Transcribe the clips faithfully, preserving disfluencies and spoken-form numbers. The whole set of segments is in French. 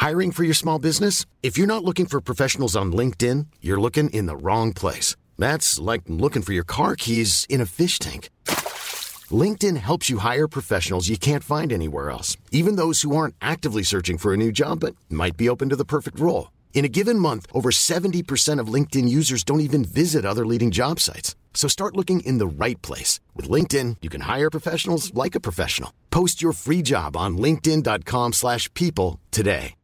Hiring for your small business? If you're not looking for professionals on LinkedIn, you're looking in the wrong place. That's like looking for your car keys in a fish tank. LinkedIn helps you hire professionals you can't find anywhere else, even those who aren't actively searching for a new job but might be open to the perfect role. In a given month, over seventy percent of LinkedIn users don't even visit other leading job sites. So start looking in the right place. With LinkedIn, you can hire professionals like a professional. Post your free job on linkedin.com slash people today.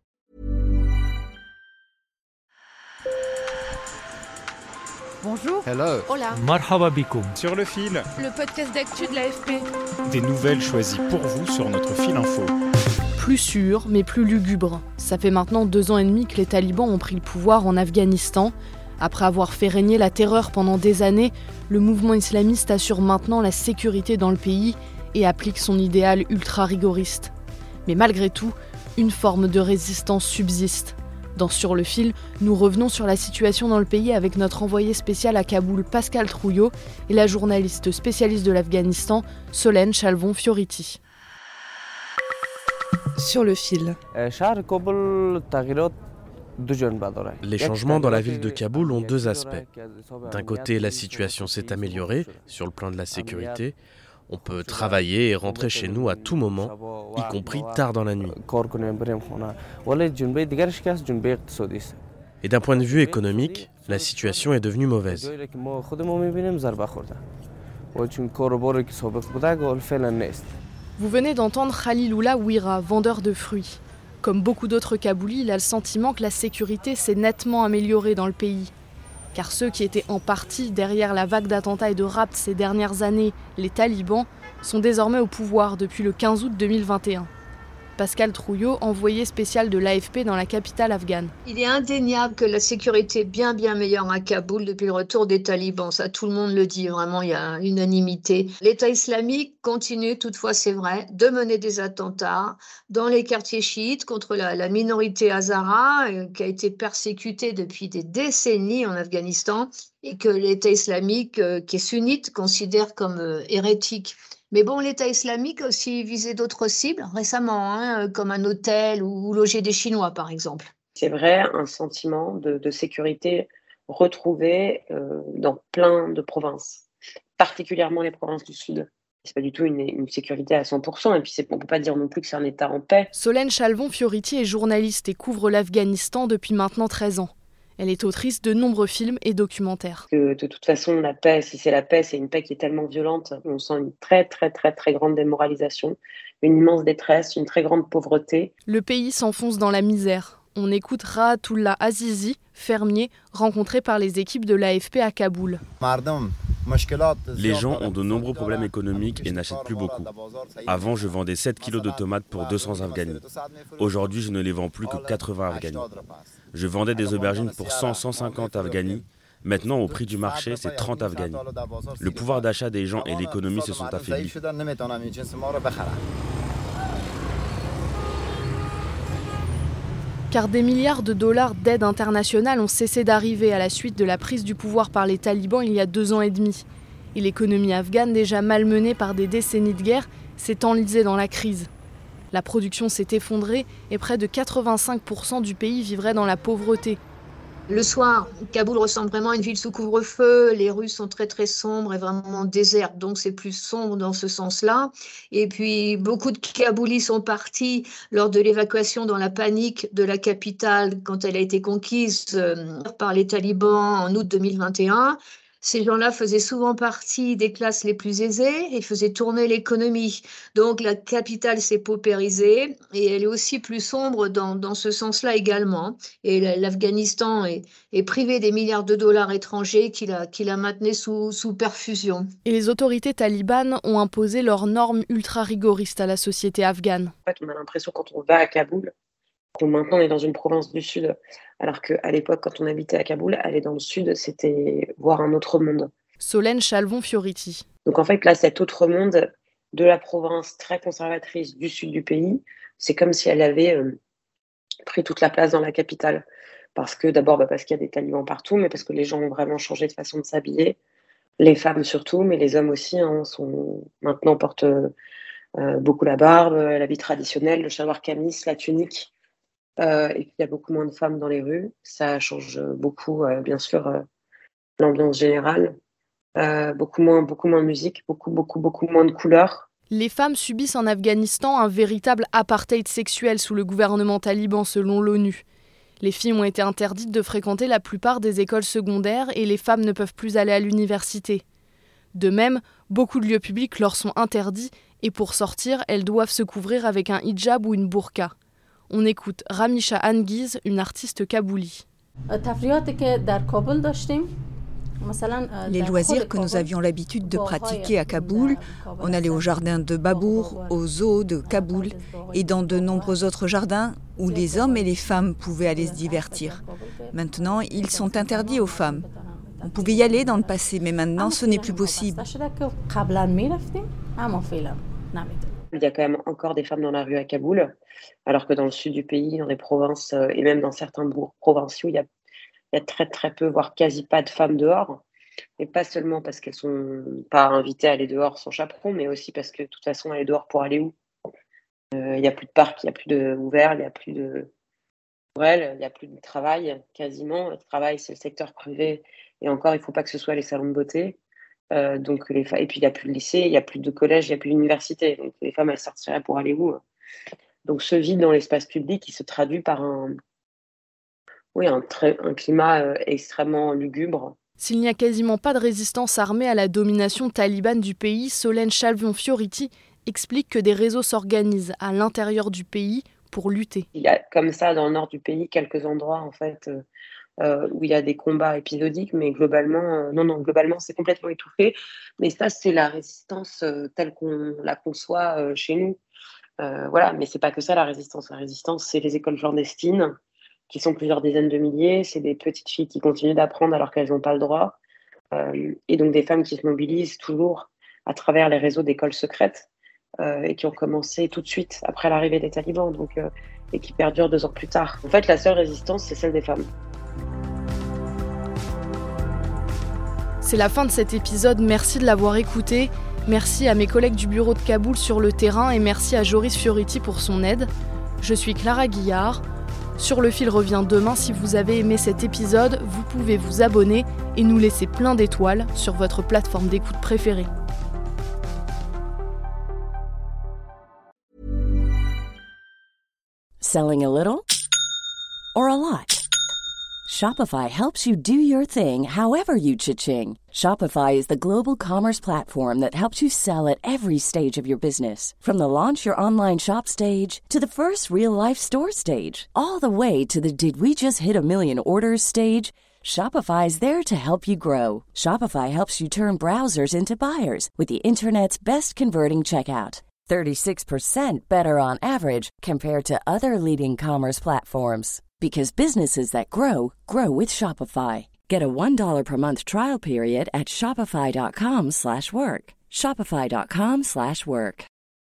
Bonjour. Hello. Hola. Marhaba bikoum. Sur le fil. Le podcast d'actu de l'A F P. Des nouvelles choisies pour vous sur notre fil info. Plus sûr, mais plus lugubre. Ça fait maintenant deux ans et demi que les talibans ont pris le pouvoir en Afghanistan. Après avoir fait régner la terreur pendant des années, le mouvement islamiste assure maintenant la sécurité dans le pays et applique son idéal ultra-rigoriste. Mais malgré tout, une forme de résistance subsiste. Dans Sur le fil, nous revenons sur la situation dans le pays avec notre envoyé spécial à Kaboul, Pascal Trouillot, et la journaliste spécialiste de l'Afghanistan, Solène Chalvon-Fioriti. Sur le fil. Les changements dans la ville de Kaboul ont deux aspects. D'un côté, la situation s'est améliorée sur le plan de la sécurité. On peut travailler et rentrer chez nous à tout moment, y compris tard dans la nuit. Et d'un point de vue économique, la situation est devenue mauvaise. Vous venez d'entendre Khaliloula Ouira, vendeur de fruits. Comme beaucoup d'autres Kaboulis, il a le sentiment que la sécurité s'est nettement améliorée dans le pays. Car ceux qui étaient en partie derrière la vague d'attentats et de rapts ces dernières années, les talibans, sont désormais au pouvoir depuis le quinze août deux mille vingt et un. Pascal Trouillot, envoyé spécial de l'A F P dans la capitale afghane. Il est indéniable que la sécurité est bien bien meilleure à Kaboul depuis le retour des talibans. Ça, tout le monde le dit, vraiment, il y a unanimité. L'État islamique continue, toutefois c'est vrai, de mener des attentats dans les quartiers chiites contre la, la minorité hazara, euh, qui a été persécutée depuis des décennies en Afghanistan et que l'État islamique, euh, qui est sunnite, considère comme euh, hérétique. Mais bon, l'État islamique a aussi visé d'autres cibles récemment, hein, comme un hôtel ou loger des Chinois, par exemple. C'est vrai, un sentiment de, de sécurité retrouvé euh, dans plein de provinces, particulièrement les provinces du Sud. C'est pas du tout une, une sécurité à cent pour cent, et puis c'est, on peut pas dire non plus que c'est un État en paix. Solène Chalvon-Fioriti est journaliste et couvre l'Afghanistan depuis maintenant treize ans. Elle est autrice de nombreux films et documentaires. Que, de toute façon, la paix, si c'est la paix, c'est une paix qui est tellement violente. On sent une très, très, très, très grande démoralisation, une immense détresse, une très grande pauvreté. Le pays s'enfonce dans la misère. On écoute Rahatullah Azizi, fermier, rencontré par les équipes de l'A F P à Kaboul. Les gens ont de nombreux problèmes économiques et n'achètent plus beaucoup. Avant, je vendais sept kilos de tomates pour deux cents afghanis. Aujourd'hui, je ne les vends plus que quatre-vingts afghanis. Je vendais des aubergines pour cent à cent cinquante afghanis. Maintenant, au prix du marché, c'est trente afghanis. Le pouvoir d'achat des gens et l'économie se sont affaiblis. Car des milliards de dollars d'aide internationale ont cessé d'arriver à la suite de la prise du pouvoir par les talibans il y a deux ans et demi. Et l'économie afghane, déjà malmenée par des décennies de guerre, s'est enlisée dans la crise. La production s'est effondrée et près de quatre-vingt-cinq pour cent du pays vivrait dans la pauvreté. Le soir, Kaboul ressemble vraiment à une ville sous couvre-feu. Les rues sont très très sombres et vraiment désertes, donc c'est plus sombre dans ce sens-là. Et puis beaucoup de Kaboulis sont partis lors de l'évacuation dans la panique de la capitale quand elle a été conquise euh, par les talibans en août deux mille vingt et un. Ces gens-là faisaient souvent partie des classes les plus aisées et faisaient tourner l'économie. Donc la capitale s'est paupérisée et elle est aussi plus sombre dans, dans ce sens-là également. Et l'Afghanistan est, est privé des milliards de dollars étrangers qu'il a, qu'il a maintenus sous, sous perfusion. Et les autorités talibanes ont imposé leurs normes ultra-rigoristes à la société afghane. En fait, on a l'impression quand on va à Kaboul, qu'on maintenant on est dans une province du Sud, alors qu'à l'époque, quand on habitait à Kaboul, aller dans le Sud, c'était voir un autre monde. Solène Chalvon-Fioriti. Donc en fait, là, cet autre monde de la province très conservatrice du sud du pays, c'est comme si elle avait euh, pris toute la place dans la capitale. Parce que d'abord, bah, parce qu'il y a des talibans partout, mais parce que les gens ont vraiment changé de façon de s'habiller. Les femmes surtout, mais les hommes aussi, hein, sont, maintenant portent euh, beaucoup la barbe, l'habit traditionnel, le chalwar kamis, la tunique. Euh, et puis, il y a beaucoup moins de femmes dans les rues. Ça change beaucoup, euh, bien sûr, euh, l'ambiance générale. Euh, beaucoup moins, beaucoup moins de musique, beaucoup, beaucoup, beaucoup moins de couleurs. Les femmes subissent en Afghanistan un véritable apartheid sexuel sous le gouvernement taliban, selon l'ONU. Les filles ont été interdites de fréquenter la plupart des écoles secondaires et les femmes ne peuvent plus aller à l'université. De même, beaucoup de lieux publics leur sont interdits et pour sortir, elles doivent se couvrir avec un hijab ou une burqa. On écoute Ramisha Anguiz, une artiste kaboulie. Les loisirs que nous avions l'habitude de pratiquer à Kaboul, on allait au jardin de Babour, au zoo de Kaboul et dans de nombreux autres jardins où les hommes et les femmes pouvaient aller se divertir. Maintenant, ils sont interdits aux femmes. On pouvait y aller dans le passé, mais maintenant, ce n'est plus possible. Il y a quand même encore des femmes dans la rue à Kaboul, alors que dans le sud du pays, dans les provinces et même dans certains bourgs provinciaux, il y a, il y a très très peu, voire quasi pas de femmes dehors. Et pas seulement parce qu'elles sont pas invitées à aller dehors sans chaperon, mais aussi parce que de toute façon, aller dehors pour aller où ? euh, Il n'y a plus de parc, il n'y a plus de ouvert, il n'y a plus de pour elles, il n'y a plus de travail quasiment. Le travail, c'est le secteur privé. Et encore, il ne faut pas que ce soit les salons de beauté. Euh, donc les fa- et puis il n'y a plus de lycée, il n'y a plus de collège, il n'y a plus d'université. Donc les femmes, elles sortiraient pour aller où ? Donc ce vide dans l'espace public, il se traduit par un, oui, un, très, un climat euh, extrêmement lugubre. S'il n'y a quasiment pas de résistance armée à la domination talibane du pays, Solène Chalvion-Fioriti explique que des réseaux s'organisent à l'intérieur du pays pour lutter. Il y a comme ça dans le nord du pays quelques endroits en fait euh, euh, où il y a des combats épisodiques, mais globalement, euh, non, non, globalement c'est complètement étouffé. Mais ça, c'est la résistance euh, telle qu'on la conçoit euh, chez nous. Euh, voilà, mais c'est pas que ça la résistance. La résistance, c'est les écoles clandestines qui sont plusieurs dizaines de milliers. C'est des petites filles qui continuent d'apprendre alors qu'elles n'ont pas le droit. Euh, et donc des femmes qui se mobilisent toujours à travers les réseaux d'écoles secrètes euh, et qui ont commencé tout de suite après l'arrivée des talibans donc, euh, et qui perdurent deux ans plus tard. En fait, la seule résistance, c'est celle des femmes. C'est la fin de cet épisode, merci de l'avoir écouté. Merci à mes collègues du bureau de Kaboul sur le terrain et merci à Joris Fioriti pour son aide. Je suis Clara Guillard. Sur le fil revient demain. Si vous avez aimé cet épisode, vous pouvez vous abonner et nous laisser plein d'étoiles sur votre plateforme d'écoute préférée. Selling a little or a lot? Shopify helps you do your thing however you cha-ching. Shopify is the global commerce platform that helps you sell at every stage of your business. From the launch your online shop stage to the first real-life store stage, all the way to the did we just hit a million orders stage. Shopify is there to help you grow. Shopify helps you turn browsers into buyers with the internet's best converting checkout. thirty-six percent better on average compared to other leading commerce platforms. Because businesses that grow, grow with Shopify. Get a one dollar per month trial period at shopify.com slash work. Shopify.com slash work.